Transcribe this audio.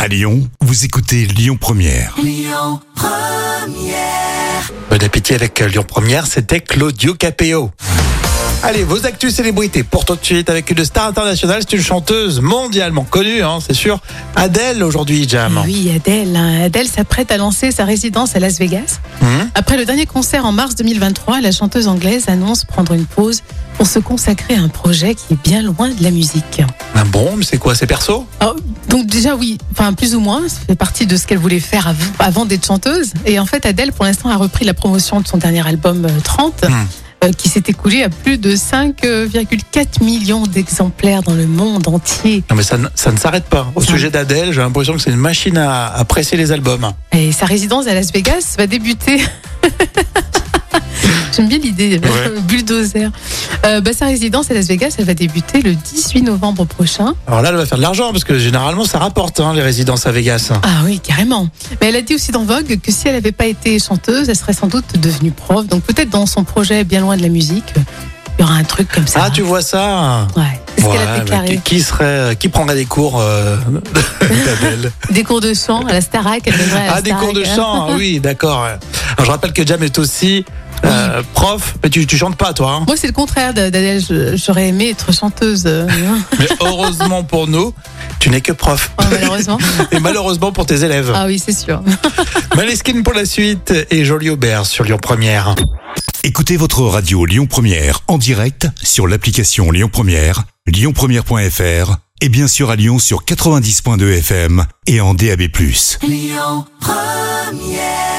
À Lyon, vous écoutez Lyon Première. Lyon Première. Bon appétit avec Lyon Première, c'était Claudio Capéo. Allez, vos actus célébrités pour tout de suite avec une star internationale, c'est une chanteuse mondialement connue, c'est sûr. Adèle aujourd'hui, Jam. Oui, Adèle. Adèle s'apprête à lancer sa résidence à Las Vegas. Après le dernier concert en mars 2023, la chanteuse anglaise annonce prendre une pause pour se consacrer à un projet qui est bien loin de la musique. Ah bon, mais c'est quoi, c'est perso? Donc déjà oui, plus ou moins, ça fait partie de ce qu'elle voulait faire avant d'être chanteuse. Et en fait, Adèle, pour l'instant, a repris la promotion de son dernier album 30. Qui s'est écoulé à plus de 5,4 millions d'exemplaires dans le monde entier. Non mais ça ne s'arrête pas. Au sujet d'Adèle, j'ai l'impression que c'est une machine à presser les albums. Et sa résidence à Las Vegas va débuter... J'aime bien l'idée, bulldozer. Sa résidence à Las Vegas, elle va débuter le 18 novembre prochain. Alors là, elle va faire de l'argent parce que généralement, ça rapporte les résidences à Vegas. Ah oui, carrément. Mais elle a dit aussi dans Vogue que si elle n'avait pas été chanteuse, elle serait sans doute devenue prof. Donc peut-être dans son projet bien loin de la musique, il y aura un truc comme ça. Ah, tu vois ça? Ouais. C'est ce qu'elle a déclaré. Qui prendrait des cours d'Adèle? Des cours de chant à la Starac. Elle viendrait à la des Starac. cours de chant, oui, d'accord. Alors je rappelle que Jam est aussi prof, mais tu chantes pas, toi. Moi, c'est le contraire d'Adèle. J'aurais aimé être chanteuse. Mais heureusement pour nous, tu n'es que prof. Malheureusement. Et malheureusement pour tes élèves. Ah oui, c'est sûr. Maneskin pour la suite et Jolie Aubert sur Lyon Première. Écoutez votre radio Lyon Première en direct sur l'application Lyon Première, lyonpremière.fr et bien sûr à Lyon sur 90.2 FM et en DAB+. Lyon Première.